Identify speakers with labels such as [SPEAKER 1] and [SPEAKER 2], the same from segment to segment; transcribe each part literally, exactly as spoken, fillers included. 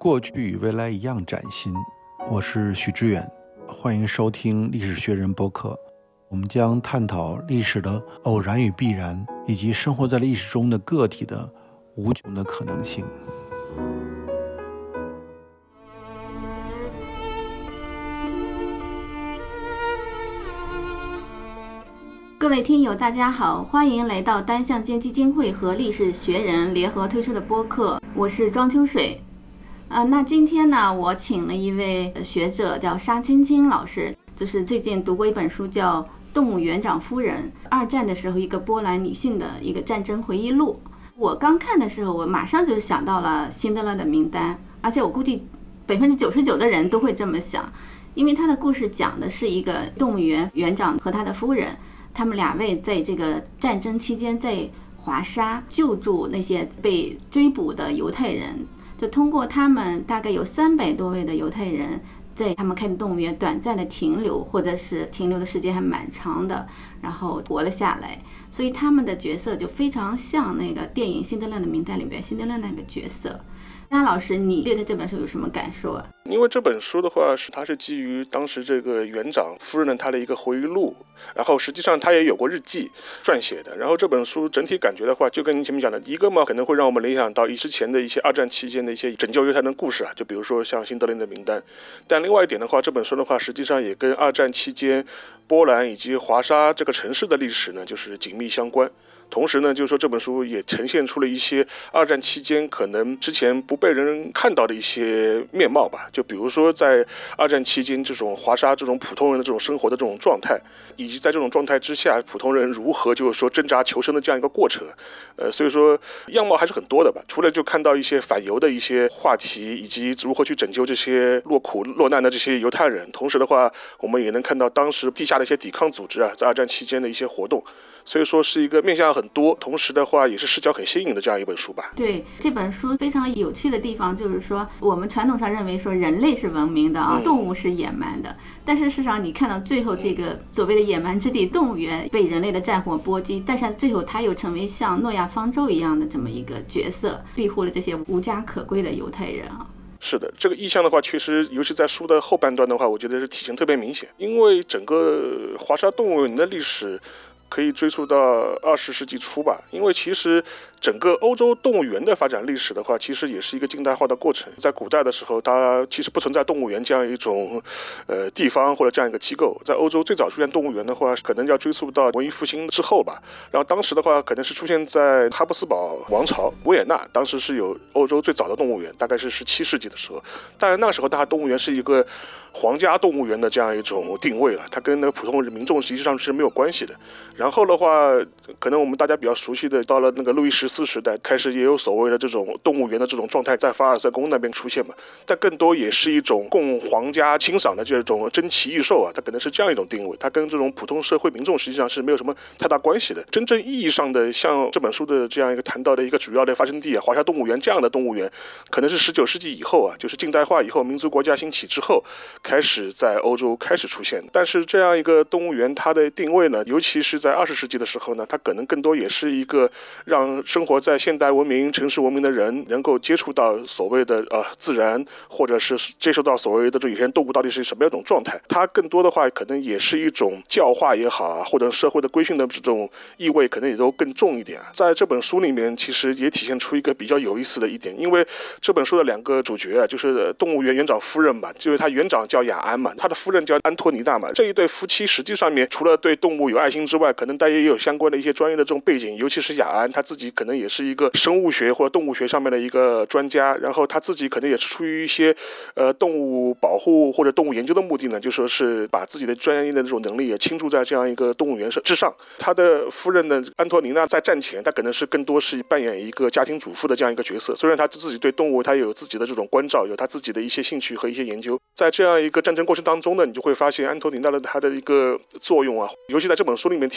[SPEAKER 1] 过去与未来一样崭新。我是许知远，欢迎收听历史学人播客。我们将探讨历史的偶然与必然，以及生活在历史中的个体的无穷的可能性。
[SPEAKER 2] 各位听友大家好，欢迎来到单向间基金会和历史学人联合推出的播客，我是庄秋水。呃，那今天呢，我请了一位学者叫沙青青老师，就是最近读过一本书叫《动物园长夫人：二战的时候一个波兰女性的一个战争回忆录》。我刚看的时候，我马上就想到了辛德勒的名单，而且我估计百分之九十九的人都会这么想，因为他的故事讲的是一个动物园园长和他的夫人。他们两位在这个战争期间在华沙救助那些被追捕的犹太人，就通过他们大概有三百多位的犹太人在他们开的动物园短暂的停留，或者是停留的时间还蛮长的，然后活了下来。所以他们的角色就非常像那个电影《辛德勒的名单》里边辛德勒那个角色。那老师，你对他这本书有什么感受啊？
[SPEAKER 3] 因为这本书的话是它是基于当时这个园长夫人的她的一个回忆录，然后实际上她也有过日记撰写的。然后这本书整体感觉的话，就跟您前面讲的，一个嘛可能会让我们联想到之前的一些二战期间的一些拯救犹太人的故事啊，就比如说像辛德勒的名单。但另外一点的话，这本书的话实际上也跟二战期间波兰以及华沙这个城市的历史呢就是紧密相关。同时呢，就是说这本书也呈现出了一些二战期间可能之前不被人看到的一些面貌吧。就比如说在二战期间这种华沙这种普通人的这种生活的这种状态，以及在这种状态之下普通人如何就是说挣扎求生的这样一个过程。呃，所以说样貌还是很多的吧。除了就看到一些反犹的一些话题，以及如何去拯救这些落苦落难的这些犹太人，同时的话我们也能看到当时地下的一些抵抗组织啊在二战期间的一些活动。所以说是一个面向很多，同时的话也是视角很新颖的这样一本书吧。
[SPEAKER 2] 对，这本书非常有趣的地方就是说，我们传统上认为说人类是文明的啊，动物是野蛮的，但是事实上你看到最后这个所谓的野蛮之地动物园被人类的战火波及，但是最后它又成为像诺亚方舟一样的这么一个角色，庇护了这些无家可归的犹太人啊。
[SPEAKER 3] 是的，这个意象的话确实尤其在书的后半段的话，我觉得是体现特别明显。因为整个华沙动物园的历史可以追溯到二十世纪初吧。因为其实整个欧洲动物园的发展历史的话，其实也是一个近代化的过程。在古代的时候，它其实不存在动物园这样一种呃地方或者这样一个机构。在欧洲最早出现动物园的话，可能要追溯到文艺复兴之后吧。然后当时的话，可能是出现在哈布斯堡王朝维也纳，当时是有欧洲最早的动物园，大概是十七世纪的时候。当然那个时候，大动物园是一个皇家动物园的这样一种定位了，它跟那个普通民众实际上是没有关系的。然后的话，可能我们大家比较熟悉的，到了那个路易十四时代，开始也有所谓的这种动物园的这种状态在凡尔赛宫那边出现嘛。但更多也是一种供皇家欣赏的这种珍奇异兽啊，它可能是这样一种定位，它跟这种普通社会民众实际上是没有什么太大关系的。真正意义上的像这本书的这样一个谈到的一个主要的发生地啊，华沙动物园这样的动物园，可能是十九世纪以后啊，就是近代化以后，民族国家兴起之后，开始在欧洲开始出现。但是这样一个动物园，它的定位呢，尤其是在二十世纪的时候呢，它可能更多也是一个让生活在现代文明城市文明的人能够接触到所谓的呃自然，或者是接触到所谓的这有些动物到底是什么样一种状态。它更多的话可能也是一种教化也好啊，或者社会的规训的这种意味可能也都更重一点。在这本书里面其实也体现出一个比较有意思的一点，因为这本书的两个主角啊，就是动物园园长夫人嘛，就是他园长叫雅安嘛，他的夫人叫安托尼娜嘛。这一对夫妻实际上面除了对动物有爱心之外，可能大家也有相关的一些专业的这种背景，尤其是雅安他自己可能也是一个生物学或者动物学上面的一个专家，然后他自己可能也是出于一些呃动物保护或者动物研究的目的呢，就说是把自己的专业的这种能力也倾注在这样一个动物园之上。他的夫人呢安托尼娜在战前，他可能是更多是扮演一个家庭主妇的这样一个角色，虽然他自己对动物他有自己的这种关照，有他自己的一些兴趣和一些研究。在这样一个战争过程当中呢，你就会发现安托尼娜的他的一个作用啊，尤其在这本书里面体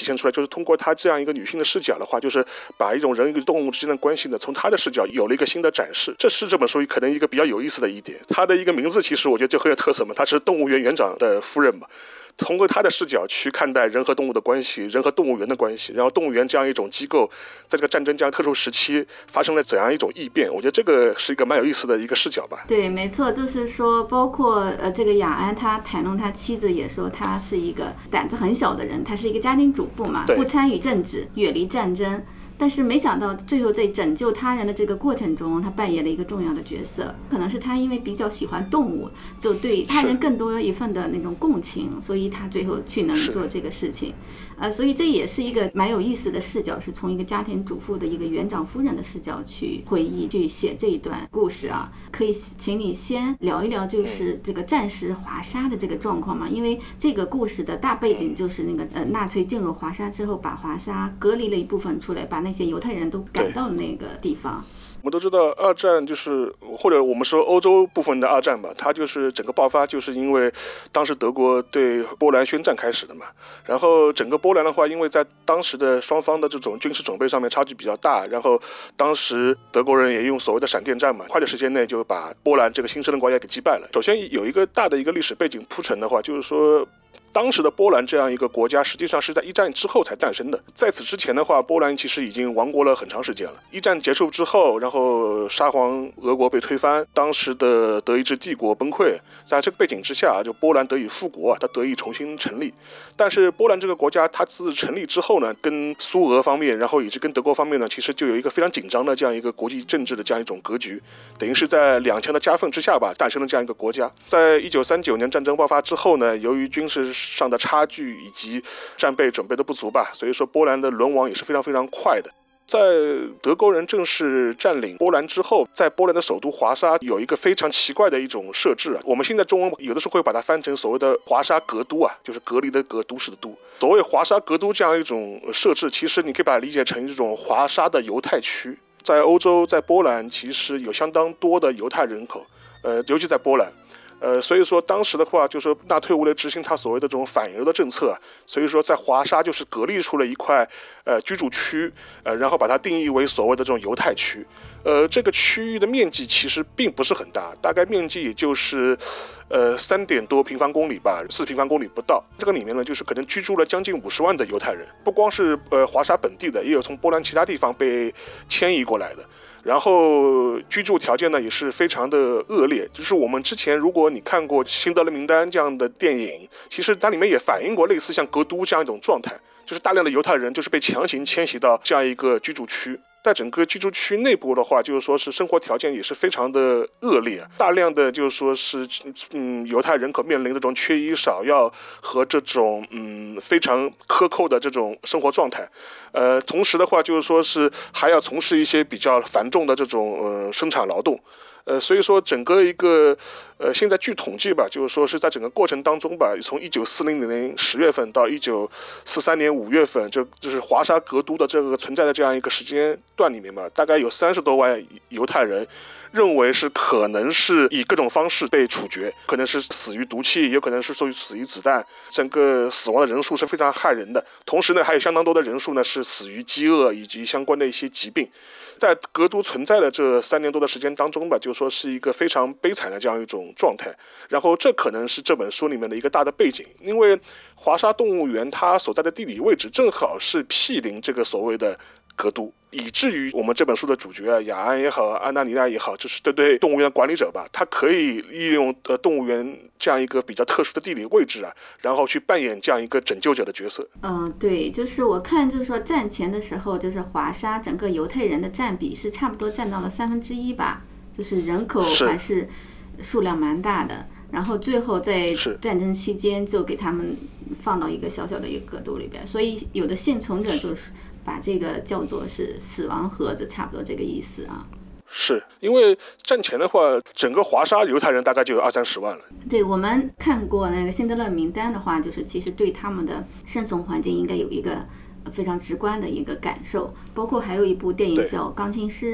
[SPEAKER 3] 现出来，就是通过他这样一个女性的视角的话，就是把一种人与动物之间的关系呢，从他的视角有了一个新的展示。这是这本书可能一个比较有意思的一点。他的一个名字其实我觉得就很有特色嘛，他是动物园园长的夫人嘛。通过他的视角去看待人和动物的关系，人和动物园的关系，然后动物园这样一种机构在这个战争这样特殊时期发生了怎样一种异变，我觉得这个是一个蛮有意思的一个视角吧。
[SPEAKER 2] 对，没错，就是说包括呃这个雅安他谈论他妻子也说他是一个胆子很小的人，他是一个家庭主妇嘛，不参与政治，远离战争，但是没想到最后在拯救他人的这个过程中，他扮演了一个重要的角色。可能是他因为比较喜欢动物，就对他人更多一份的那种共情，所以他最后去能做这个事情。呃，所以这也是一个蛮有意思的视角，是从一个家庭主妇的一个园长夫人的视角去回忆、去写这一段故事啊。可以请你先聊一聊，就是这个战时华沙的这个状况嘛？因为这个故事的大背景就是那个呃纳粹进入华沙之后，把华沙隔离了一部分出来，把那些犹太人都赶到了那个地方。
[SPEAKER 3] 我们都知道二战就是或者我们说欧洲部分的二战吧，它就是整个爆发就是因为当时德国对波兰宣战开始的嘛。然后整个波兰的话，因为在当时的双方的这种军事准备上面差距比较大，然后当时德国人也用所谓的闪电战嘛，快的时间内就把波兰这个新生的国家给击败了。首先有一个大的一个历史背景铺陈的话，就是说当时的波兰这样一个国家实际上是在一战之后才诞生的。在此之前的话，波兰其实已经亡国了很长时间了。一战结束之后，然后沙皇俄国被推翻，当时的德意志帝国崩溃，在这个背景之下，就波兰得以复国，它得以重新成立。但是波兰这个国家它自成立之后呢，跟苏俄方面，然后以及跟德国方面呢，其实就有一个非常紧张的这样一个国际政治的这样一种格局，等于是在两强的夹缝之下吧，诞生了这样一个国家。在一九三九年战争爆发之后呢，由于军事上的差距以及战备准备的不足吧，所以说波兰的沦亡也是非常非常快的。在德国人正式占领波兰之后，在波兰的首都华沙有一个非常奇怪的一种设置啊，我们现在中文有的时候会把它翻成所谓的华沙格都啊，就是隔离的隔，都市的都。所谓华沙格都这样一种设置，其实你可以把它理解成这种华沙的犹太区。在欧洲，在波兰其实有相当多的犹太人口，呃，尤其在波兰。呃，所以说当时的话，就是说纳粹为了执行他所谓的这种反犹的政策，所以说在华沙就是隔离出了一块呃居住区，呃，然后把它定义为所谓的这种犹太区。呃，这个区域的面积其实并不是很大，大概面积也就是呃三点多平方公里吧，四平方公里不到。这个里面呢，就是可能居住了将近五十万的犹太人，不光是呃华沙本地的，也有从波兰其他地方被迁移过来的。然后居住条件呢也是非常的恶劣，就是我们之前如果你看过《辛德勒名单》这样的电影，其实它里面也反映过类似像格都这样一种状态，就是大量的犹太人就是被强行迁徙到这样一个居住区。在整个居住区内部的话，就是说是生活条件也是非常的恶劣，大量的就是说是嗯犹太人口面临这种缺衣少药和这种嗯非常苛扣的这种生活状态，呃，同时的话就是说是还要从事一些比较繁重的这种呃生产劳动。呃，所以说整个一个，呃，现在据统计吧，就是说是在整个过程当中吧，从一九四零年十月份到一九四三年五月份，就就是华沙格都的这个存在的这样一个时间段里面吧，大概有三十多万犹太人认为是可能是以各种方式被处决，可能是死于毒气，有可能是说死于子弹，整个死亡的人数是非常骇人的。同时呢，还有相当多的人数呢是死于饥饿以及相关的一些疾病。在格都存在的这三年多的时间当中吧，就说是一个非常悲惨的这样一种状态。然后这可能是这本书里面的一个大的背景，因为华沙动物园它所在的地理位置正好是毗邻这个所谓的格都，以至于我们这本书的主角啊，雅安也好，安娜尼娜也好，就是对对动物园管理者吧，他可以利用呃动物园这样一个比较特殊的地理位置啊，然后去扮演这样一个拯救者的角色。
[SPEAKER 2] 嗯，对，就是我看就是说战前的时候，就是华沙整个犹太人的占比是差不多占到了三分之一吧，就是人口还是数量蛮大的。然后最后在战争期间就给他们放到一个小小的一个格都里边，所以有的幸存者就是把这个叫做是死亡盒子，差不多这个意思啊。
[SPEAKER 3] 是因为战前的话，整个华沙犹太人大概就有二三十万了。
[SPEAKER 2] 对，我们看过那个辛德勒名单的话，就是其实对他们的生存环境应该有一个非常直观的一个感受。包括还有一部电影叫《钢琴师》，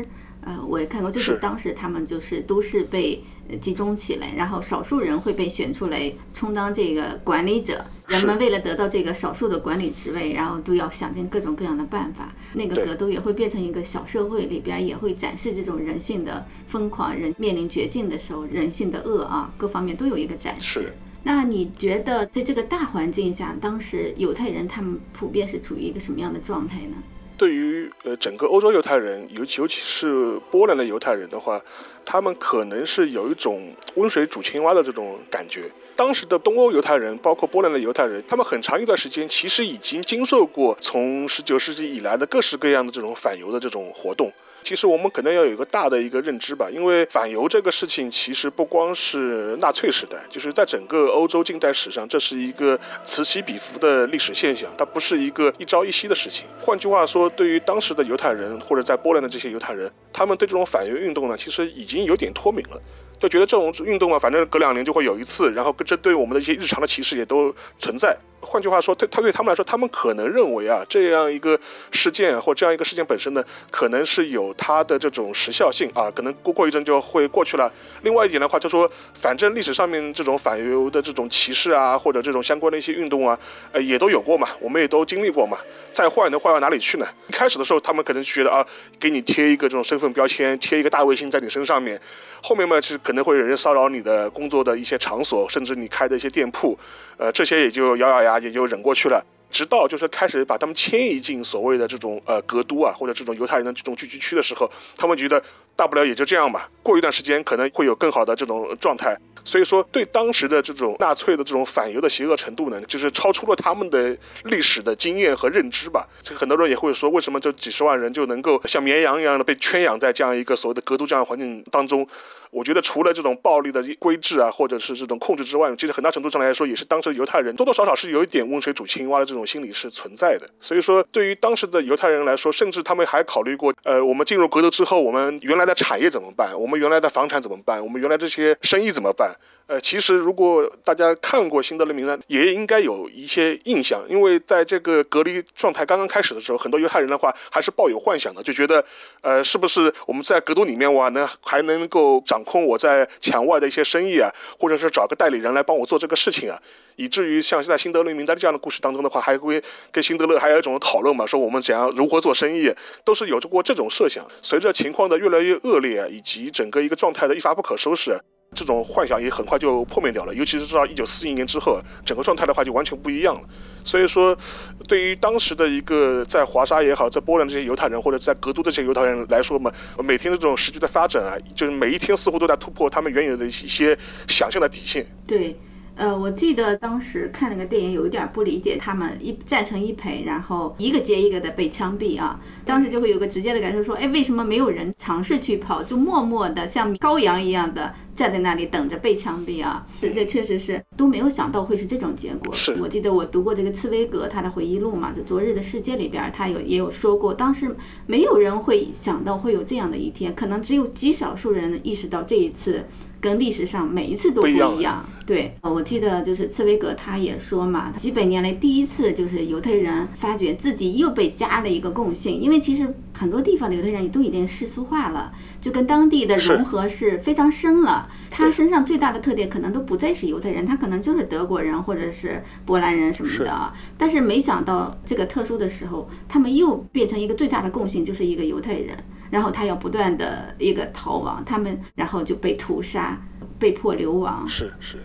[SPEAKER 2] 呃，我也看过，就是当时他们就是都是被集中起来，然后少数人会被选出来充当这个管理者。人们为了得到这个少数的管理职位，然后都要想尽各种各样的办法。那个格斗也会变成一个小社会里边，也会展示这种人性的疯狂，人面临绝境的时候人性的恶啊，各方面都有一个展示。那你觉得在这个大环境下，当时犹太人他们普遍是处于一个什么样的状态呢？
[SPEAKER 3] 对于呃整个欧洲犹太人，尤其尤其是波兰的犹太人的话，他们可能是有一种温水煮青蛙的这种感觉。当时的东欧犹太人，包括波兰的犹太人，他们很长一段时间其实已经经受过从十九世纪以来的各式各样的这种反犹的这种活动。其实我们可能要有一个大的一个认知吧，因为反犹这个事情其实不光是纳粹时代，就是在整个欧洲近代史上，这是一个此起彼伏的历史现象，它不是一个一朝一夕的事情。换句话说，对于当时的犹太人或者在波兰的这些犹太人，他们对这种反犹运动呢，其实已经有点脱敏了，就觉得这种运动嘛，反正隔两年就会有一次，然后这对我们的一些日常的歧视也都存在。换句话说，对他对他们来说，他们可能认为啊，这样一个事件或这样一个事件本身呢，可能是有它的这种时效性啊，可能过过一阵就会过去了。另外一点的话，就说反正历史上面这种反犹的这种歧视啊，或者这种相关的一些运动啊，呃，也都有过嘛，我们也都经历过嘛。再坏能坏到哪里去呢？一开始的时候，他们可能觉得啊，给你贴一个这种身份标签，贴一个大卫星在你身上面，后面嘛是可能会有人骚扰你的工作的一些场所，甚至你开的一些店铺，呃，这些也就咬咬牙也就忍过去了。直到就是开始把他们迁移进所谓的这种呃格都啊，或者这种犹太人的这种聚居区的时候，他们觉得大不了也就这样吧，过一段时间可能会有更好的这种状态。所以说对当时的这种纳粹的这种反犹的邪恶程度呢，就是超出了他们的历史的经验和认知吧。这个很多人也会说，为什么这几十万人就能够像绵羊一样的被圈养在这样一个所谓的格都这样的环境当中？我觉得除了这种暴力的规制啊，或者是这种控制之外，其实很大程度上来说，也是当时的犹太人多多少少是有一点温水煮青蛙的这种心理是存在的。所以说，对于当时的犹太人来说，甚至他们还考虑过，呃，我们进入格斗之后，我们原来的产业怎么办？我们原来的房产怎么办？我们原来这些生意怎么办？呃，其实如果大家看过《辛德勒名单》，也应该有一些印象，因为在这个隔离状态刚刚开始的时候，很多犹太人的话还是抱有幻想的，就觉得，呃，是不是我们在格都里面哇，能还能够掌控我在墙外的一些生意啊，或者是找个代理人来帮我做这个事情啊，以至于像在《辛德勒名单》这样的故事当中的话，还会跟辛德勒还有一种讨论嘛，说我们怎样如何做生意，都是有过这种设想。随着情况的越来越恶劣，以及整个一个状态的一发不可收拾，这种幻想也很快就破灭掉了，尤其是到一九四一年之后，整个状态的话就完全不一样了。所以说，对于当时的一个在华沙也好，在波兰这些犹太人，或者在格都这些犹太人来说嘛，每天的这种时局的发展啊，就是每一天似乎都在突破他们原有的一些想象的底线。
[SPEAKER 2] 对。呃，我记得当时看那个电影有一点不理解，他们一站成一排，然后一个接一个的被枪毙啊，当时就会有个直接的感受说，哎，为什么没有人尝试去跑，就默默的像羔羊一样的站在那里等着被枪毙啊？这确实是都没有想到会是这种结果。
[SPEAKER 3] 是
[SPEAKER 2] 我记得我读过这个茨威格他的回忆录嘛，就《昨日的世界》里边，他有也有说过，当时没有人会想到会有这样的一天，可能只有极少数人意识到这一次跟历史上每一次都不一样。
[SPEAKER 3] 不一样
[SPEAKER 2] 对，我记得就是茨威格他也说嘛，几百年来第一次就是犹太人发觉自己又被加了一个共性，因为其实很多地方的犹太人都已经世俗化了，就跟当地的融合是非常深了。他身上最大的特点可能都不再是犹太人，他可能就是德国人或者是波兰人什么的啊。但是没想到这个特殊的时候，他们又变成一个最大的共性，就是一个犹太人。然后他要不断的一个逃亡，他们然后就被屠杀，被迫流亡。
[SPEAKER 3] 是是。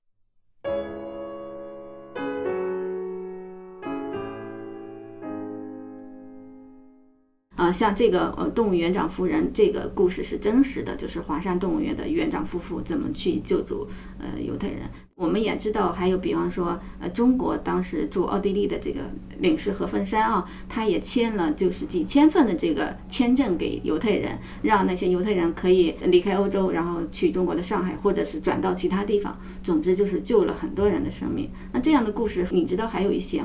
[SPEAKER 2] 啊，像这个呃动物园长夫人这个故事是真实的，就是华山动物园的园长夫妇怎么去救助呃犹太人。我们也知道，还有比方说呃中国当时驻奥地利的这个领事何凤山啊，他也签了就是几千份的这个签证给犹太人，让那些犹太人可以离开欧洲，然后去中国的上海，或者是转到其他地方。总之就是救了很多人的生命。那这样的故事你知道还有一些吗？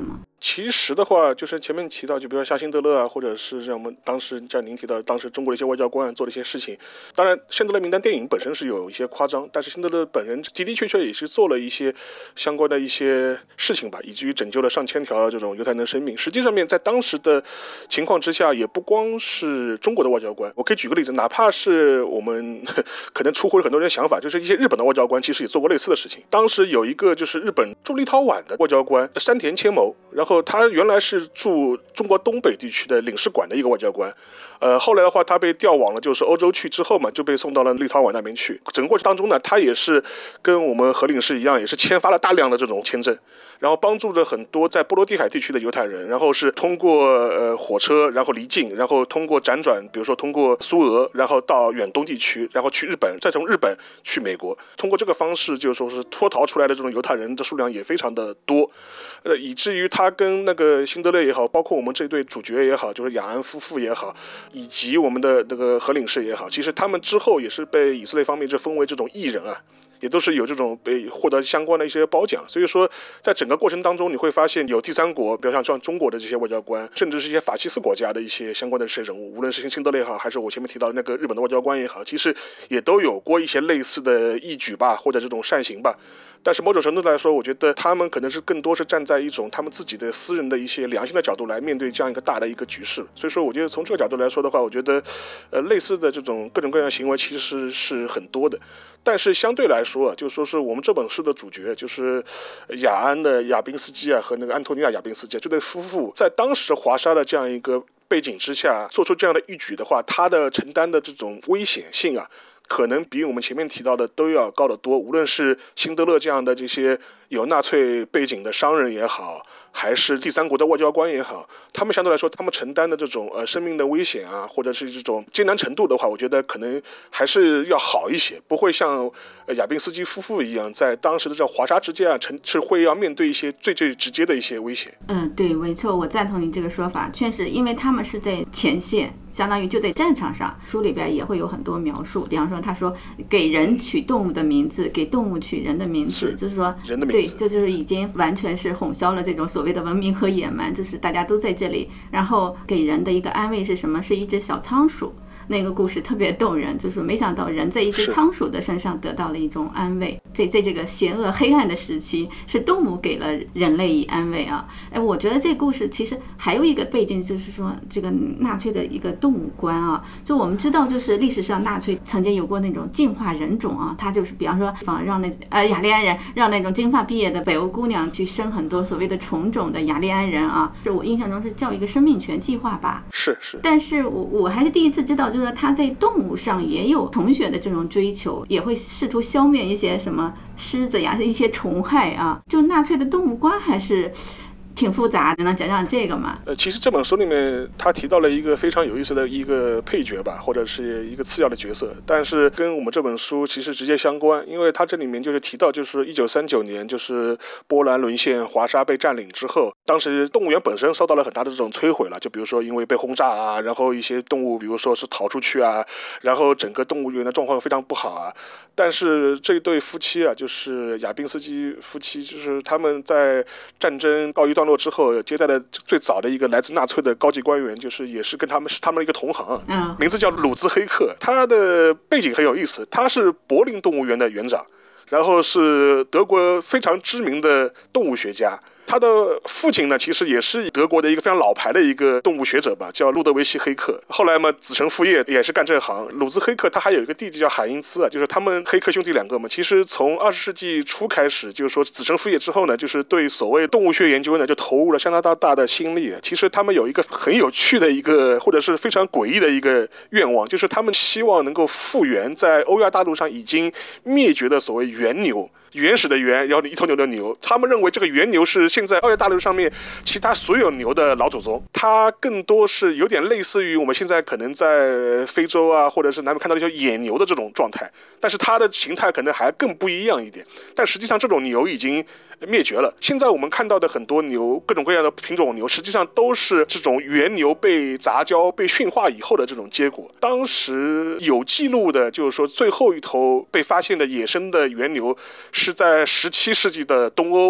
[SPEAKER 3] 其实的话，就是前面提到，就比如说像辛德勒啊，或者是像我们当时像您提到当时中国的一些外交官做的一些事情。当然，辛德勒名单电影本身是有一些夸张，但是辛德勒本人的的确确也是做了一些相关的一些事情吧，以至于拯救了上千条这种犹太人的生命。实际上面在当时的情况之下，也不光是中国的外交官，我可以举个例子，哪怕是我们可能出乎了很多人的想法，就是一些日本的外交官其实也做过类似的事情。当时有一个就是日本驻立陶宛的外交官山田千谋，然后他原来是驻中国东北地区的领事馆的一个外交官，呃，后来的话他被调往了就是欧洲去之后嘛，就被送到了立陶宛那边去。整个过程当中呢，他也是跟我们何领事一样，也是签发了大量的这种签证，然后帮助着很多在波罗的海地区的犹太人，然后是通过呃火车，然后离境，然后通过辗转，比如说通过苏俄，然后到远东地区，然后去日本，再从日本去美国。通过这个方式，就是说是脱逃出来的这种犹太人的数量也非常的多，呃，以至于他跟那个辛德勒也好，包括我们这对主角也好，就是雅安夫妇也好，以及我们的那个何领事也好，其实他们之后也是被以色列方面就封为这种义人啊，也都是有这种被获得相关的一些褒奖。所以说在整个过程当中，你会发现有第三国，比如像像中国的这些外交官，甚至是一些法西斯国家的一些相关的这些人物，无论是辛德勒也好，还是我前面提到的那个日本的外交官也好，其实也都有过一些类似的义举吧，或者这种善行吧。但是某种程度来说，我觉得他们可能是更多是站在一种他们自己的私人的一些良心的角度来面对这样一个大的一个局势。所以说我觉得从这个角度来说的话，我觉得呃类似的这种各种各样的行为其实是很多的。但是相对来说啊，就说是我们这本书的主角就是雅安的亚宾斯基啊和那个安托尼亚亚宾斯基这对夫妇，在当时华沙的这样一个背景之下做出这样的义举的话，他的承担的这种危险性啊，可能比我们前面提到的都要高得多。无论是辛德勒这样的这些有纳粹背景的商人也好，还是第三国的外交官也好，他们相对来说他们承担的这种呃生命的危险啊，或者是这种艰难程度的话，我觉得可能还是要好一些，不会像呃亚宾斯基夫妇一样，在当时的这华沙之间啊，是会要面对一些最最直接的一些危险。
[SPEAKER 2] 嗯，对，没错，我赞同你这个说法，确实，因为他们是在前线，相当于就在战场上。书里边也会有很多描述，比方说他说给人取动物的名字，给动物取人的名字，是就是说
[SPEAKER 3] 人的名字，
[SPEAKER 2] 对，这就是已经完全是混淆了这种所谓的文明和野蛮，就是大家都在这里，然后给人的一个安慰是什么？是一只小仓鼠。那个故事特别动人，就是没想到人在一只仓鼠的身上得到了一种安慰，在在这个邪恶黑暗的时期，是动物给了人类以安慰啊！哎，我觉得这故事其实还有一个背景，就是说这个纳粹的一个动物观啊，就我们知道，就是历史上纳粹曾经有过那种进化人种啊，他就是比方说让那呃雅利安人让那种金发碧眼的北欧姑娘去生很多所谓的纯种的雅利安人啊，这我印象中是叫一个生命权计划吧？
[SPEAKER 3] 是是，
[SPEAKER 2] 但是我我还是第一次知道。就是他在动物上也有虫血的这种追求，也会试图消灭一些什么狮子呀，一些虫害啊。就纳粹的动物观还是挺复杂的，能讲讲这个吗？
[SPEAKER 3] 呃，其实这本书里面他提到了一个非常有意思的一个配角吧，或者是一个次要的角色，但是跟我们这本书其实直接相关，因为他这里面就是提到，就是一九三九年，就是波兰沦陷，华沙被占领之后，当时动物园本身受到了很大的这种摧毁了，就比如说因为被轰炸啊，然后一些动物比如说是逃出去啊，然后整个动物园的状况非常不好啊。但是这对夫妻啊，就是亚宾斯基夫妻，就是他们在战争告一段落之后接待的最早的一个来自纳粹的高级官员，就是也是跟他们是他们的一个同行，嗯，名字叫鲁兹黑克。他的背景很有意思，他是柏林动物园的园长，然后是德国非常知名的动物学家。他的父亲呢，其实也是德国的一个非常老牌的一个动物学者吧，叫路德维希黑克。后来嘛，子承父业，也是干这行。鲁兹黑克他还有一个弟弟叫海因兹啊，就是他们黑克兄弟两个嘛。其实从二十世纪初开始，就是说子承父业之后呢，就是对所谓动物学研究呢，就投入了相当大大的心力。其实他们有一个很有趣的一个，或者是非常诡异的一个愿望，就是他们希望能够复原在欧亚大陆上已经灭绝的所谓原牛。原始的原，然后一头牛的牛，他们认为这个原牛是现在欧亚大陆上面其他所有牛的老祖宗，它更多是有点类似于我们现在可能在非洲啊，或者是南美看到一些野牛的这种状态，但是它的形态可能还更不一样一点。但实际上这种牛已经灭绝了。现在我们看到的很多牛，各种各样的品种牛，实际上都是这种原牛被杂交、被驯化以后的这种结果。当时有记录的，就是说最后一头被发现的野生的原牛是在十七世纪的东欧。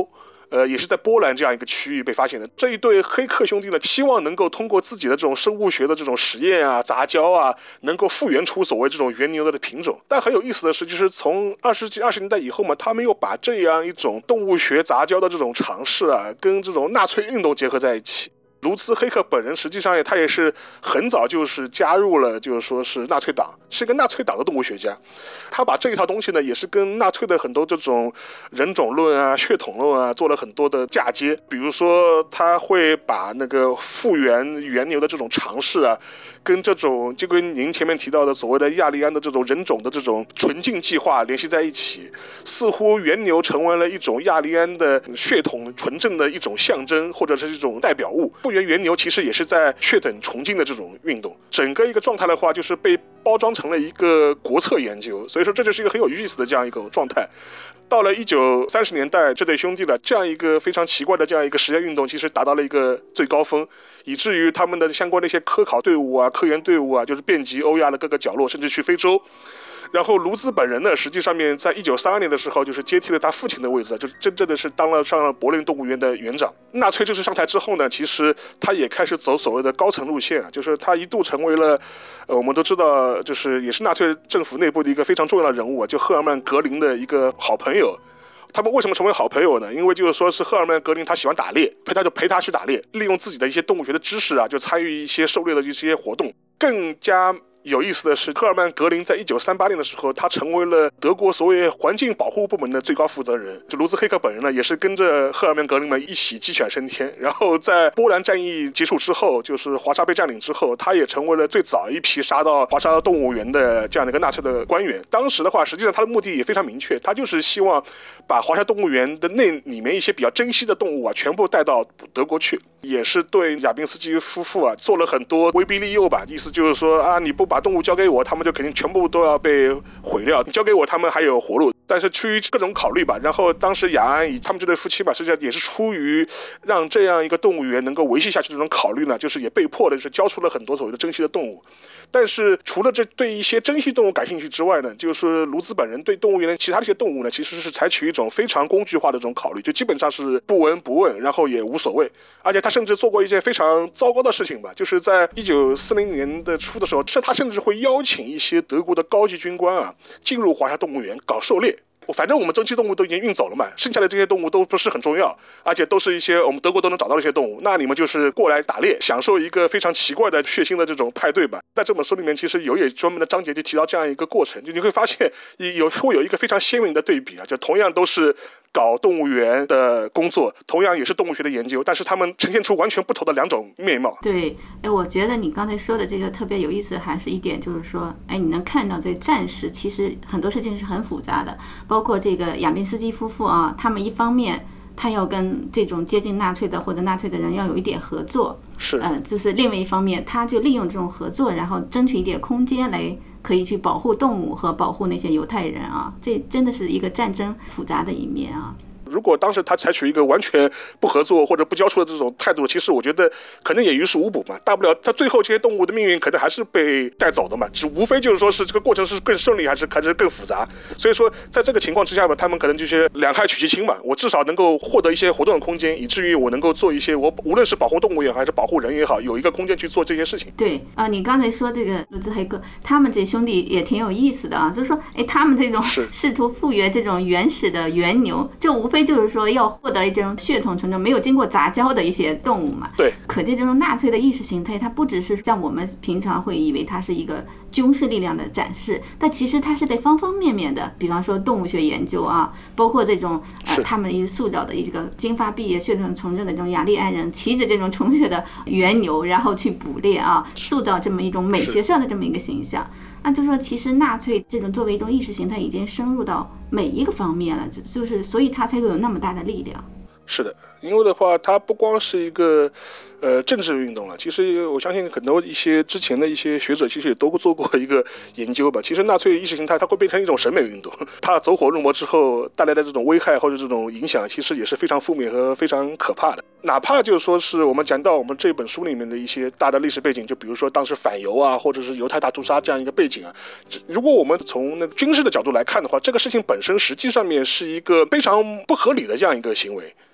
[SPEAKER 3] 呃，也是在波兰这样一个区域被发现的。这一对黑客兄弟呢，希望能够通过自己的这种生物学的这种实验啊、杂交啊，能够复原出所谓这种原牛的品种。但很有意思的是，就是从二十世纪二十年代以后嘛，他们又把这样一种动物学杂交的这种尝试啊，跟这种纳粹运动结合在一起。卢兹黑克本人实际上他也是很早就是加入了，就是说是纳粹党，是一个纳粹党的动物学家。他把这一套东西呢，也是跟纳粹的很多这种人种论啊、血统论啊做了很多的嫁接。比如说，他会把那个复原原牛的这种尝试啊，跟这种就跟您前面提到的所谓的亚利安的这种人种的这种纯净计划联系在一起，似乎原牛成为了一种亚利安的血统纯正的一种象征，或者是一种代表物。原原牛其实也是在血统重进的这种运动，整个一个状态的话，就是被包装成了一个国策研究，所以说这就是一个很有意思的这样一个状态。到了一九三十年代，这对兄弟的这样一个非常奇怪的这样一个实验运动，其实达到了一个最高峰，以至于他们的相关的一些科考队伍啊、科研队伍啊，就是遍及欧亚的各个角落，甚至去非洲。然后卢兹本人呢，实际上面在一九三二年的时候，就是接替了他父亲的位置，就是真正的是当了上了柏林动物园的园长。纳粹正式上台之后呢，其实他也开始走所谓的高层路线啊，就是他一度成为了，呃，我们都知道，就是也是纳粹政府内部的一个非常重要的人物啊，就赫尔曼·格林的一个好朋友。他们为什么成为好朋友呢？因为就是说是赫尔曼·格林他喜欢打猎，陪他就陪他去打猎，利用自己的一些动物学的知识啊，就参与一些狩猎的一些活动。更加有意思的是，赫尔曼·格林在一九三八年的时候，他成为了德国所谓环境保护部门的最高负责人。就卢兹黑克本人呢，也是跟着赫尔曼·格林们一起鸡犬升天。然后在波兰战役结束之后，就是华沙被占领之后，他也成为了最早一批杀到华沙动物园的这样的一个纳粹的官员。当时的话，实际上他的目的也非常明确，他就是希望把华沙动物园的那里面一些比较珍稀的动物啊，全部带到德国去，也是对亚宾斯基夫妇啊做了很多威逼利诱吧，意思就是说啊，你不把动物交给我，他们就肯定全部都要被毁掉，你交给我，他们还有活路。但是出于各种考虑吧，然后当时雅安以他们这对夫妻吧，实际上也是出于让这样一个动物园能够维系下去这种考虑呢，就是也被迫的是交出了很多所谓的珍稀的动物。但是除了这对一些珍稀动物感兴趣之外呢，就是卢兹本人对动物园的其他的一些动物呢，其实是采取一种非常工具化的这种考虑，就基本上是不闻不问，然后也无所谓。而且他甚至做过一件非常糟糕的事情吧，就是在一九四零年的初的时候，是他甚至会邀请一些德国的高级军官啊进入华沙动物园搞狩猎。反正我们珍稀动物都已经运走了嘛，剩下的这些动物都不是很重要，而且都是一些我们德国都能找到的一些动物，那你们就是过来打猎，享受一个非常奇怪的血腥的这种派对吧。在这本书里面，其实有也专门的章节就提到这样一个过程，就你会发现有会有一个非常鲜明的对比啊，就同样都是搞动物园的工作，同样也是动物学的研究，但是他们呈现出完全不同的两种面貌。
[SPEAKER 2] 对，哎，我觉得你刚才说的这个特别有意思，还是一点就是说，哎，你能看到这战士其实很多事情是很复杂的，包括这个亚宾斯基夫妇啊，他们一方面他要跟这种接近纳粹的或者纳粹的人要有一点合作，
[SPEAKER 3] 是，
[SPEAKER 2] 呃，就是另外一方面，他就利用这种合作，然后争取一点空间来可以去保护动物和保护那些犹太人啊，这真的是一个战争复杂的一面啊。
[SPEAKER 3] 如果当时他采取一个完全不合作或者不交出的这种态度，其实我觉得可能也于事无补嘛，大不了他最后这些动物的命运可能还是被带走的嘛，只无非就是说是这个过程是更顺利还是还是更复杂。所以说在这个情况之下嘛，他们可能就是两害取其轻嘛，我至少能够获得一些活动的空间，以至于我能够做一些我无论是保护动物也好还是保护人也好，有一个空间去做这些事情。
[SPEAKER 2] 对啊、呃，你刚才说这个卢兹黑克他们这兄弟也挺有意思的啊，就是说哎，他们这种试图复原这种原始的原牛，这无非就是说要获得这种血统纯正没有经过杂交的一些动物嘛。
[SPEAKER 3] 对，
[SPEAKER 2] 可见这种纳粹的意识形态，它不只是像我们平常会以为它是一个军事力量的展示，但其实它是在方方面面的，比方说动物学研究啊，包括这种呃他们一塑造的一个金发碧眼血统纯正的这种雅利安人，骑着这种纯血的原牛，然后去捕猎啊，塑造这么一种美学上的这么一个形象。那就是说，其实纳粹这种作为一种意识形态已经深入到每一个方面了，就是所以它才会有那么大的力量。
[SPEAKER 3] 是的，因为的话，它不光是一个呃政治运动了，其实我相信很多一些之前的一些学者其实也都做过一个研究吧。其实纳粹意识形态它会变成一种审美运动，它走火入魔之后带来的这种危害或者这种影响，其实也是非常负面和非常可怕的。哪怕就是说是我们讲到我们这本书里面的一些大的历史背景，就比如说当时反犹啊，或者是犹太大屠杀这样一个背景啊，如果我们从那个军事的角度来看的话，这个事情本身实际上面是一个非常不合理的这样一个行为。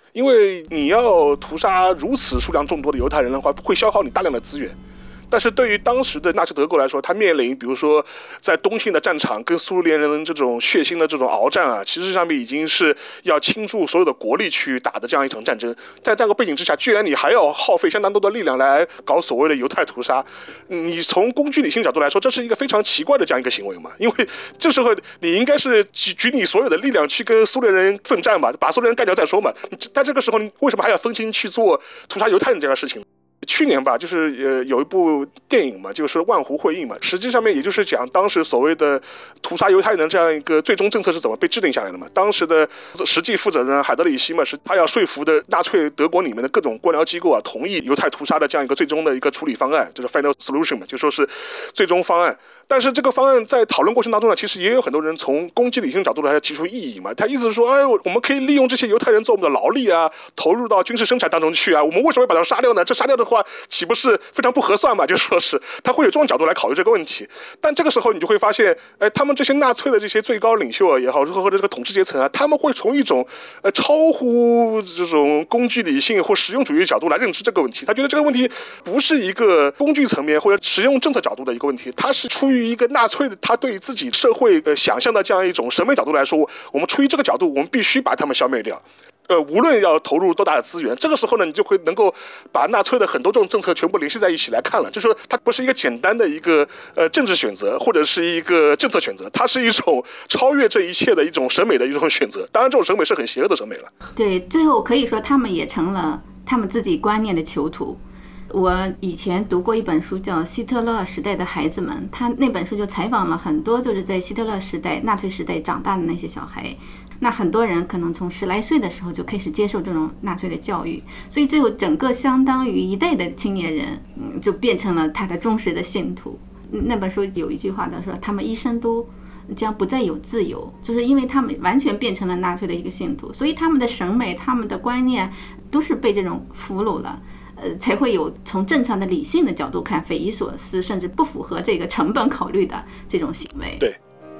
[SPEAKER 3] 因为你要屠杀如此数量众多的犹太人的话，会消耗你大量的资源。但是对于当时的纳粹德国来说，他面临比如说在东线的战场跟苏联人这种血腥的这种鏖战啊，其实上面已经是要倾注所有的国力去打的这样一场战争。在这样的背景之下，居然你还要耗费相当多的力量来搞所谓的犹太屠杀，你从工具理性角度来说，这是一个非常奇怪的这样一个行为嘛？因为这时候你应该是举举你所有的力量去跟苏联人奋战嘛，把苏联人干掉再说嘛。但这个时候你为什么还要分心去做屠杀犹太人这样的事情？去年吧，就是呃有一部电影嘛，就是《万湖会议》嘛，实际上面也就是讲当时所谓的屠杀犹太人的这样一个最终政策是怎么被制定下来的嘛。当时的实际负责人海德里希嘛，是他要说服的纳粹德国里面的各种官僚机构啊，同意犹太屠杀的这样一个最终的一个处理方案，就是 final solution 嘛，就说是最终方案。但是这个方案在讨论过程当中呢，其实也有很多人从攻击理性角度来提出异议嘛。他意思是说，哎，我们可以利用这些犹太人做我们的劳力啊，投入到军事生产当中去啊，我们为什么要把他们杀掉呢？这杀掉的话，岂不是非常不合算嘛？就说是他会有这种角度来考虑这个问题。但这个时候你就会发现，哎，他们这些纳粹的这些最高领袖也好，或者这个统治阶层啊，他们会从一种呃超乎这种工具理性或实用主义角度来认知这个问题。他觉得这个问题不是一个工具层面或者实用政策角度的一个问题，它是出于一个纳粹的他对自己社会呃想象的这样一种审美角度来说，我们出于这个角度，我们必须把他们消灭掉。呃，无论要投入多大的资源，这个时候呢，你就会能够把纳粹的很多这种政策全部联系在一起来看了，就是说它不是一个简单的一个呃政治选择或者是一个政策选择，它是一种超越这一切的一种审美的一种选择。当然，这种审美是很邪恶的审美了。
[SPEAKER 2] 对，最后可以说他们也成了他们自己观念的囚徒。我以前读过一本书叫《希特勒时代的孩子们》，他那本书就采访了很多就是在希特勒时代、纳粹时代长大的那些小孩。那很多人可能从十来岁的时候就开始接受这种纳粹的教育，所以最后整个相当于一代的青年人，嗯，就变成了他的忠实的信徒。那本书有一句话他说，他们一生都将不再有自由，就是因为他们完全变成了纳粹的一个信徒，所以他们的审美、他们的观念都是被这种俘虏了。呃，才会有从正常的理性的角度看匪夷所思，甚至不符合这个成本考虑的这种行为。
[SPEAKER 3] 对。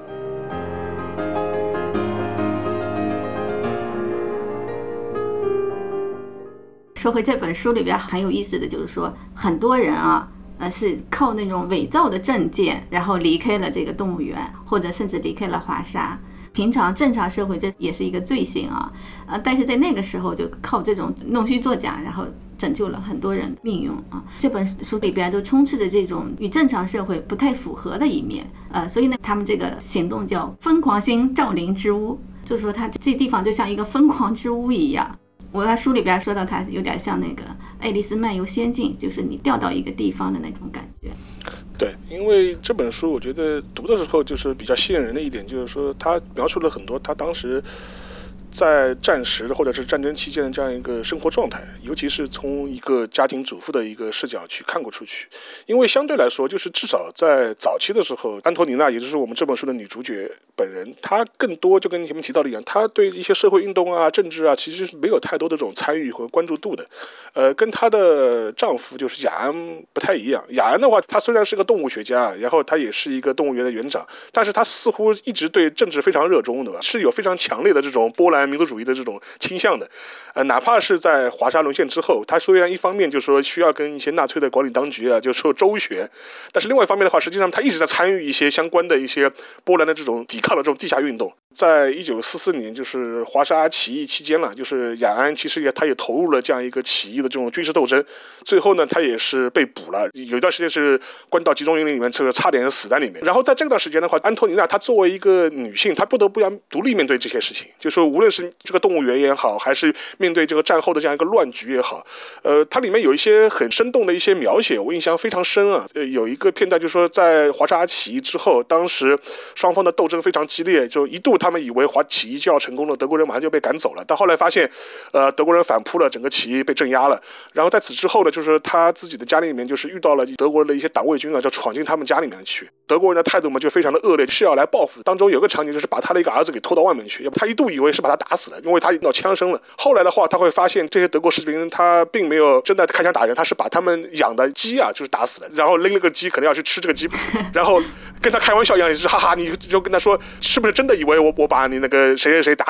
[SPEAKER 2] 说回这本书里边很有意思的就是说，很多人啊，呃，是靠那种伪造的证件，然后离开了这个动物园，或者甚至离开了华沙。平常正常社会这也是一个罪行啊，呃，但是在那个时候就靠这种弄虚作假，然后拯救了很多人的命运啊。这本书里边都充斥着这种与正常社会不太符合的一面，呃，所以呢，他们这个行动叫疯狂星兆灵之屋，就是说它这地方就像一个疯狂之屋一样。我在书里边说到它有点像那个爱丽丝漫游仙境，就是你掉到一个地方的那种感觉。
[SPEAKER 3] 对，因为这本书我觉得读的时候就是比较吸引人的一点，就是说它描述了很多他当时在战时或者是战争期间的这样一个生活状态，尤其是从一个家庭主妇的一个视角去看过出去。因为相对来说，就是至少在早期的时候，安托尼娜也就是我们这本书的女主角本人，她更多就跟前面提到的一样，她对一些社会运动啊、政治啊，其实是没有太多的这种参与和关注度的。呃，跟她的丈夫就是雅安不太一样。雅安的话，她虽然是个动物学家，然后她也是一个动物园的园长，但是她似乎一直对政治非常热衷，对吧？是有非常强烈的这种波兰民族主义的这种倾向的。呃，哪怕是在华沙沦陷之后，他虽然一方面就是说需要跟一些纳粹的管理当局啊就说周旋，但是另外一方面的话，实际上他一直在参与一些相关的一些波兰的这种抵抗的这种地下运动。在一九四四年，就是华沙起义期间了，就是雅安其实也他也投入了这样一个起义的这种军事斗争，最后呢，他也是被捕了，有一段时间是关到集中营里面，这个差点死在里面。然后在这段时间的话，安托尼娜她作为一个女性，她不得不要独立面对这些事情，就是说无论是这个动物园也好，还是面对这个战后的这样一个乱局也好，呃，它里面有一些很生动的一些描写，我印象非常深啊。呃，有一个片段就是说，在华沙起义之后，当时双方的斗争非常激烈，就一度他们以为华起义就要成功了，德国人马上就被赶走了，但后来发现，呃，德国人反扑了，整个起义被镇压了。然后在此之后呢，就是他自己的家里面就是遇到了德国人的一些党卫军啊，就闯进他们家里面去。德国人的态度嘛就非常的恶劣，是要来报复。当中有个场景就是把他的一个儿子给拖到外面去，他一度以为是把他打死了，因为他到枪声了。后来的话，他会发现这些德国士兵他并没有真的开枪打人，他是把他们养的鸡啊就是打死了，然后拎了个鸡，可能要去吃这个鸡，然后跟他开玩笑一样，也是哈哈，你就跟他说是不是真的以为我我把你那个谁谁谁打死了？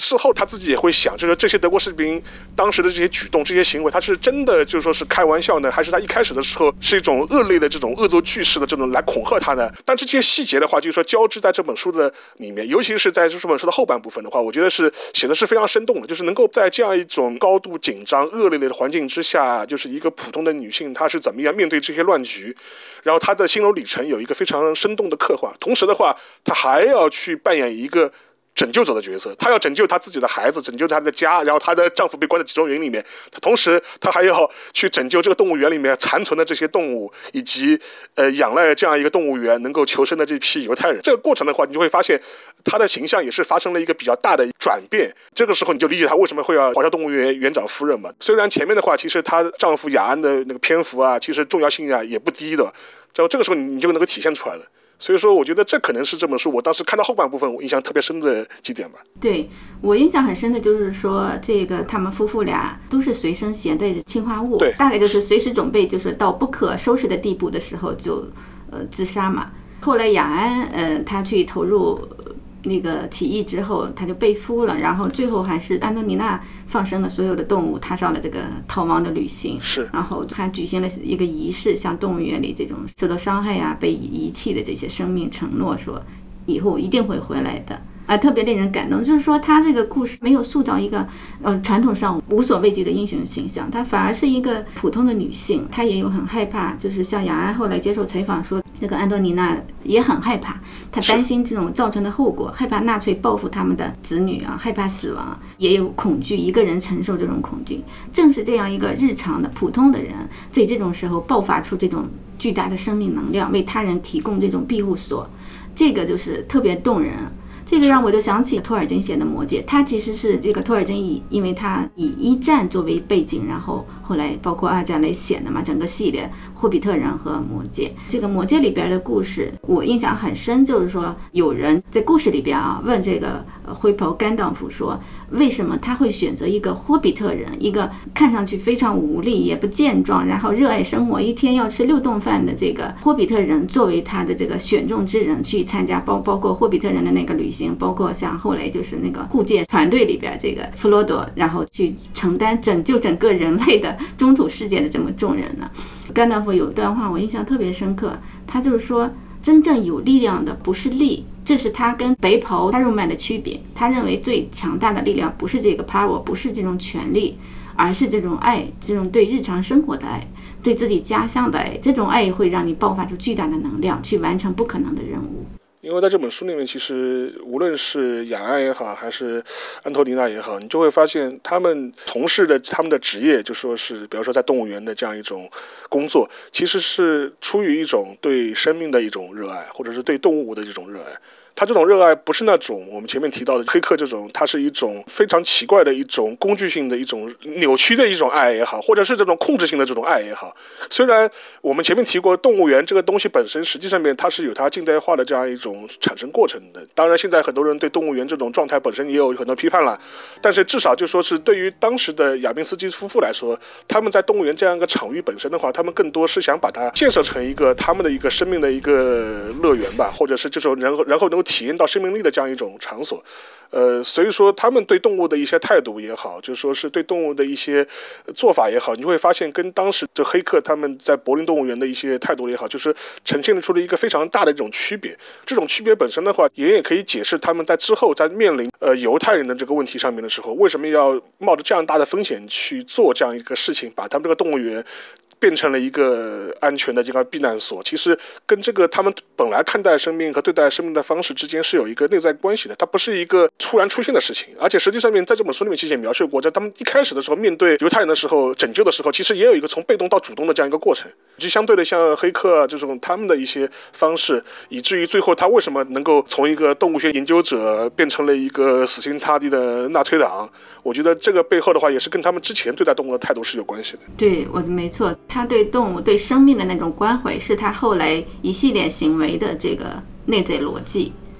[SPEAKER 3] 事后他自己也会想，就是这些德国士兵当时的这些举动、这些行为，他是真的就是说是开玩笑呢，还是他一开始的时候是一种恶劣的这种恶作剧式的这种来恐吓他呢？但这些细节的话，就是说交织在这本书的里面，尤其是在这本书的后半部分的话，我觉得是写的是非常生动的，就是能够在这样一种高度紧张、恶劣的环境之下，就是一个普通的女性，她是怎么样面对这些乱局，然后她的心路历程有一个非常生动的刻画。同时的话，她还要去扮演一个拯救者的角色，她要拯救她自己的孩子，拯救她的家，然后她的丈夫被关在集中营里面，她同时她还要去拯救这个动物园里面残存的这些动物，以及呃仰赖这样一个动物园能够求生的这批犹太人。这个过程的话，你就会发现她的形象也是发生了一个比较大的转变。这个时候你就理解她为什么会要华侨动物园园长夫人嘛。虽然前面的话，其实她丈夫雅安的那个篇幅啊，其实重要性啊也不低的，然后这个时候你就能够体现出来了。所以说我觉得这可能是这本书我当时看到后半部分我印象特别深的几点吧。
[SPEAKER 2] 对，我印象很深的就是说这个他们夫妇俩都是随身携带着氰化物，大概就是随时准备就是到不可收拾的地步的时候就呃自杀嘛。后来雅安呃他去投入那个起义之后他就被俘了，然后最后还是安东尼娜放生了所有的动物，踏上了这个逃亡的旅行，
[SPEAKER 3] 是，
[SPEAKER 2] 然后还举行了一个仪式，向动物园里这种受到伤害啊被遗弃的这些生命承诺说以后一定会回来的啊，特别令人感动。就是说他这个故事没有塑造一个呃传统上无所畏惧的英雄形象，他反而是一个普通的女性，她也有很害怕，就是像雅安后来接受采访说这个安东尼娜也很害怕，她担心这种造成的后果，害怕纳粹报复他们的子女啊，害怕死亡，也有恐惧，一个人承受这种恐惧。正是这样一个日常的普通的人，在这种时候爆发出这种巨大的生命能量，为他人提供这种庇护所，这个就是特别动人。这个让我就想起托尔金写的《魔戒》，他其实是这个托尔金以因为他以一战作为背景，然后后来包括阿加雷写的嘛，整个系列霍比特人和魔戒。这个魔戒里边的故事我印象很深，就是说有人在故事里边啊问这个灰袍甘道夫说，为什么他会选择一个霍比特人，一个看上去非常无力也不健壮，然后热爱生活，一天要吃六顿饭的这个霍比特人作为他的这个选中之人去参加包包括霍比特人的那个旅行，包括像后来就是那个护戒团队里边这个弗罗多，然后去承担拯救整个人类的中土世界的这么重人呢。甘道夫有段话我印象特别深刻，他就是说真正有力量的不是力，这是他跟白袍加入曼的区别。他认为最强大的力量不是这个 power， 不是这种权力，而是这种爱，这种对日常生活的爱，对自己家乡的爱。这种爱会让你爆发出巨大的能量，去完成不可能的任务。
[SPEAKER 3] 因为在这本书里面，其实无论是雅安也好，还是安托尼娜也好，你就会发现他们从事的他们的职业，就说是比如说在动物园的这样一种工作，其实是出于一种对生命的一种热爱，或者是对动物的这种热爱。他这种热爱不是那种我们前面提到的黑客这种，它是一种非常奇怪的一种工具性的一种扭曲的一种爱也好，或者是这种控制性的这种爱也好。虽然我们前面提过动物园这个东西本身实际上面它是有它近代化的这样一种产生过程的，当然现在很多人对动物园这种状态本身也有很多批判了，但是至少就说是对于当时的亚宾斯基夫妇来说，他们在动物园这样一个场域本身的话，他们更多是想把它建设成一个他们的一个生命的一个乐园吧，或者是这种然后然后能够体验到生命力的这样一种场所。呃，所以说他们对动物的一些态度也好，就说是对动物的一些做法也好，你会发现跟当时这黑客他们在柏林动物园的一些态度也好，就是呈现出了一个非常大的这种区别。这种区别本身的话，也也可以解释他们在之后在面临呃犹太人的这个问题上面的时候，为什么要冒着这样大的风险去做这样一个事情，把他们这个动物园变成了一个安全的这个避难所。其实跟这个他们本来看待生命和对待生命的方式之间是有一个内在关系的，它不是一个突然出现的事情。而且实际上面在这本书里面其实也描述过，在他们一开始的时候面对犹太人的时候，拯救的时候，其实也有一个从被动到主动的这样一个过程。以及相对的像黑客这种他们的一些方式，以至于最后他为什么能够从一个动物学研究者变成了一个死心塌地的纳粹党，我觉得这个背后的话也是跟他们之前对待动物的态度是有关系的。
[SPEAKER 2] 对，我没错，他对动物对生命的那种关怀是他后来一系列行为的这个内在逻辑。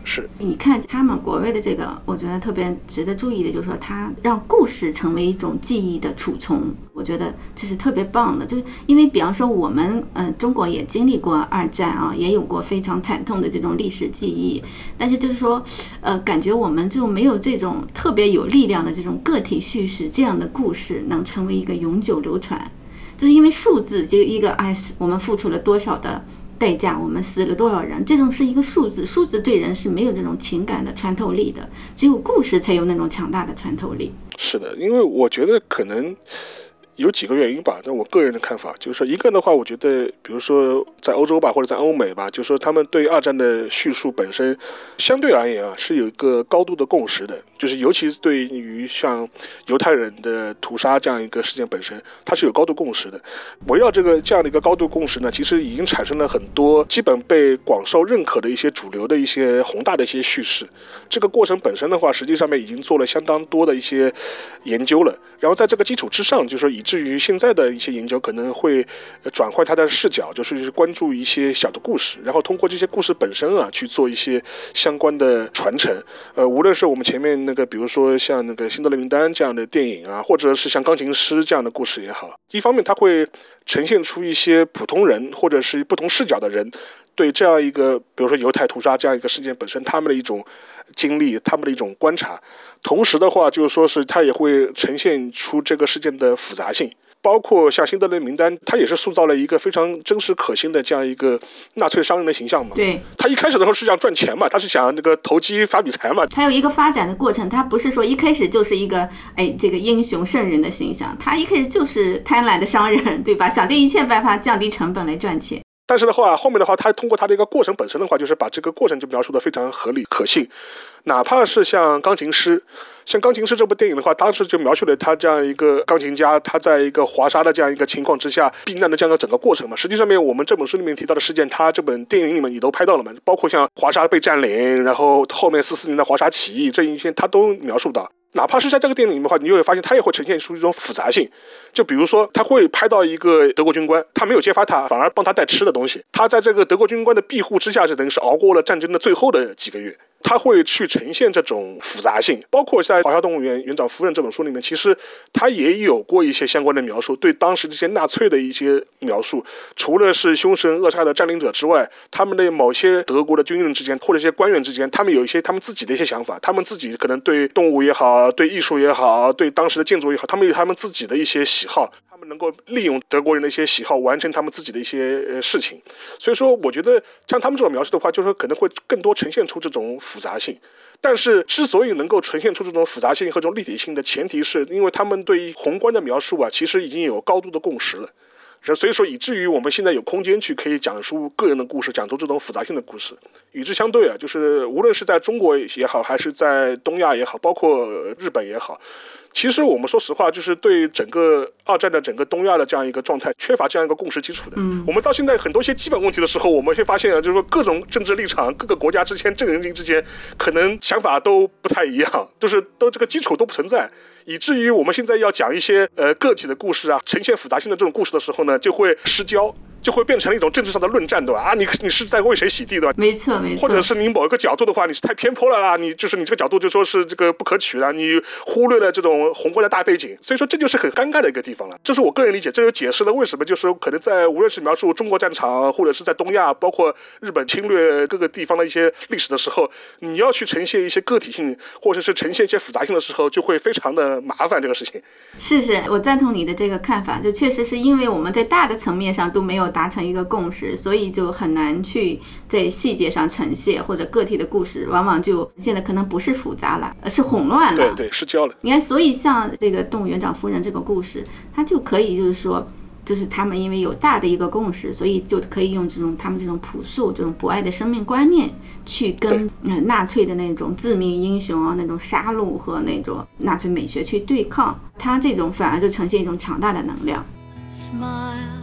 [SPEAKER 3] 是，
[SPEAKER 2] 你看他们国外的这个，我觉得特别值得注意的，就是说他让故事成为一种记忆的储存，我觉得这是特别棒的。就是因为比方说我们呃中国也经历过二战啊，也有过非常惨痛的这种历史记忆，但是就是说呃感觉我们就没有这种特别有力量的这种个体叙事，这样的故事能成为一个永久流传。就是因为数字就一个哎，我们付出了多少的代价，我们死了多少人，这种是一个数字，数字对人是没有这种情感的穿透力的，只有故事才有那种强大的穿透力。
[SPEAKER 3] 是的，因为我觉得可能有几个原因吧，那我个人的看法就是说，一个的话，我觉得比如说在欧洲吧，或者在欧美吧，就是说他们对二战的叙述本身相对而言啊是有一个高度的共识的，就是尤其是对于像犹太人的屠杀这样一个事件本身，它是有高度共识的。围绕这个这样的一个高度共识呢，其实已经产生了很多基本被广受认可的一些主流的一些宏大的一些叙事。这个过程本身的话，实际上面已经做了相当多的一些研究了，然后在这个基础之上，就是说以至于现在的一些研究可能会转换它的视角，就是关注一些小的故事，然后通过这些故事本身啊去做一些相关的传承。呃，无论是我们前面那个比如说像那个辛德勒名单这样的电影啊，或者是像钢琴师这样的故事也好，一方面它会呈现出一些普通人或者是不同视角的人对这样一个比如说犹太屠杀这样一个事件本身他们的一种经历，他们的一种观察，同时的话就是说是它也会呈现出这个事件的复杂性。包括像辛德勒名单，他也是塑造了一个非常真实可信的这样一个纳粹商人的形象嘛。
[SPEAKER 2] 对，
[SPEAKER 3] 他一开始的时候是想赚钱嘛，他是想那个投机发笔财嘛。
[SPEAKER 2] 他有一个发展的过程，他不是说一开始就是一个哎这个英雄圣人的形象，他一开始就是贪婪的商人，对吧？想尽一切办法降低成本来赚钱。
[SPEAKER 3] 但是的话，后面的话，他通过他的一个过程本身的话，就是把这个过程就描述的非常合理可信。哪怕是像钢琴师，像钢琴师这部电影的话，当时就描述了他这样一个钢琴家，他在一个华沙的这样一个情况之下避难的这样一个整个过程嘛。实际上面我们这本书里面提到的事件，他这本电影里面也都拍到了嘛，包括像华沙被占领，然后后面四四年的华沙起义这一些，他都描述到。哪怕是在这个电影里面的话，你就会发现它也会呈现出一种复杂性。就比如说他会拍到一个德国军官，他没有揭发他，反而帮他带吃的东西，他在这个德国军官的庇护之下，是等于是熬过了战争的最后的几个月。他会去呈现这种复杂性，包括在《华沙动物园园长夫人》这本书里面，其实他也有过一些相关的描述，对当时这些纳粹的一些描述，除了是凶神恶煞的占领者之外，他们的某些德国的军人之间或者一些官员之间，他们有一些他们自己的一些想法，他们自己可能对动物也好，对艺术也好，对当时的建筑也好，他们有他们自己的一些喜好，他们能够利用德国人的一些喜好完成他们自己的一些呃事情。所以说我觉得像他们这种描述的话，就是说可能会更多呈现出这种复杂性。但是之所以能够呈现出这种复杂性和这种立体性的前提，是因为他们对于宏观的描述啊，其实已经有高度的共识了。所以说以至于我们现在有空间去可以讲述个人的故事，讲出这种复杂性的故事。与之相对啊，就是无论是在中国也好，还是在东亚也好，包括日本也好，其实我们说实话，就是对整个二战的整个东亚的这样一个状态缺乏这样一个共识基础的。
[SPEAKER 2] 嗯，
[SPEAKER 3] 我们到现在很多一些基本问题的时候，我们会发现啊，就是说各种政治立场、各个国家之间、政人之间，可能想法都不太一样，就是都这个基础都不存在，以至于我们现在要讲一些呃个体的故事啊，呈现复杂性的这种故事的时候呢，就会失焦。就会变成了一种政治上的论战，对吧？啊，你你是在为谁洗地，对吧？
[SPEAKER 2] 没错没错。
[SPEAKER 3] 或者是你某一个角度的话，你是太偏颇了啊，你就是你这个角度就说是这个不可取了，你忽略了这种宏观的大背景，所以说这就是很尴尬的一个地方了。这是我个人理解，这就解释了为什么就是可能在无论是描述中国战场，或者是在东亚，包括日本侵略各个地方的一些历史的时候，你要去呈现一些个体性，或者是呈现一些复杂性的时候，就会非常的麻烦这个事情。
[SPEAKER 2] 是是，我赞同你的这个看法，就确实是因为我们在大的层面上都没有达成一个共识，所以就很难去在细节上呈现，或者个体的故事往往就现在可能不是复杂了，而是混乱了，
[SPEAKER 3] 对对，失焦了。
[SPEAKER 2] 你看，所以像这个动物园长夫人这个故事，它就可以就是说，就是他们因为有大的一个共识，所以就可以用这种他们这种朴素、这种博爱的生命观念，去跟、呃、纳粹的那种自命英雄啊、那种杀戮和那种纳粹美学去对抗。它这种反而就呈现一种强大的能量。
[SPEAKER 4] Smile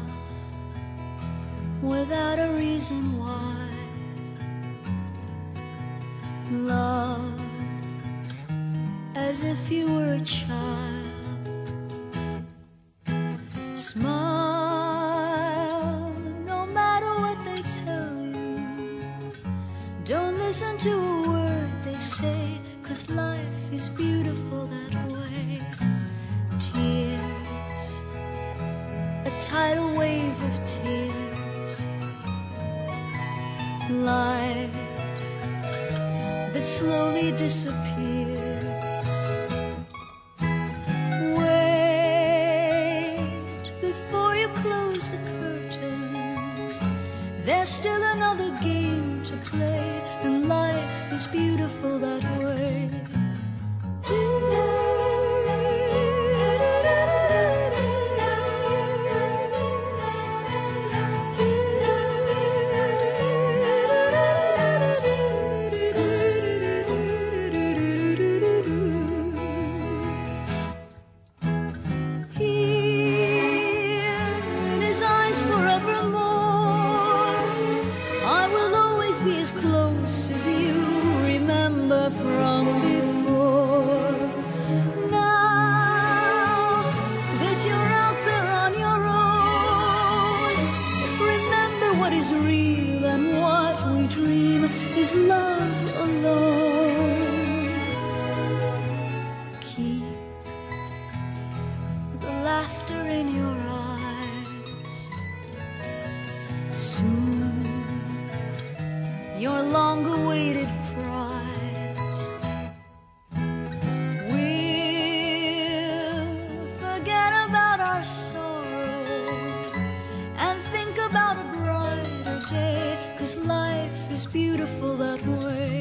[SPEAKER 4] without a reason why. Love as if you were a child. Smile no matter what they tell you. Don't listen to a word is beautiful that way. Tears, a tidal wave of tears. Light that slowly disappears. Wait before you close the curtain. There's still another game to play, and life is beautiful that way. From before. Now that you're out there on your own, remember what is real and what we dream is love alone. Keep the laughter in your eyes. Soon your long-awaited prize forget about our sorrow and think about a brighter day, 'cause life is beautiful that way.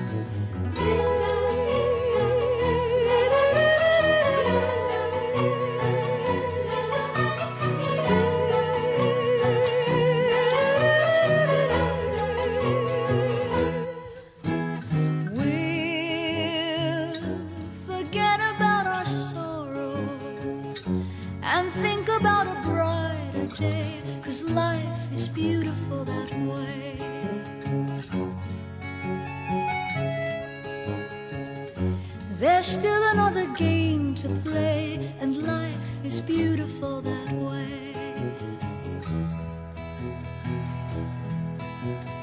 [SPEAKER 4] Life is beautiful that way. There's still another game to play, and life is beautiful that way.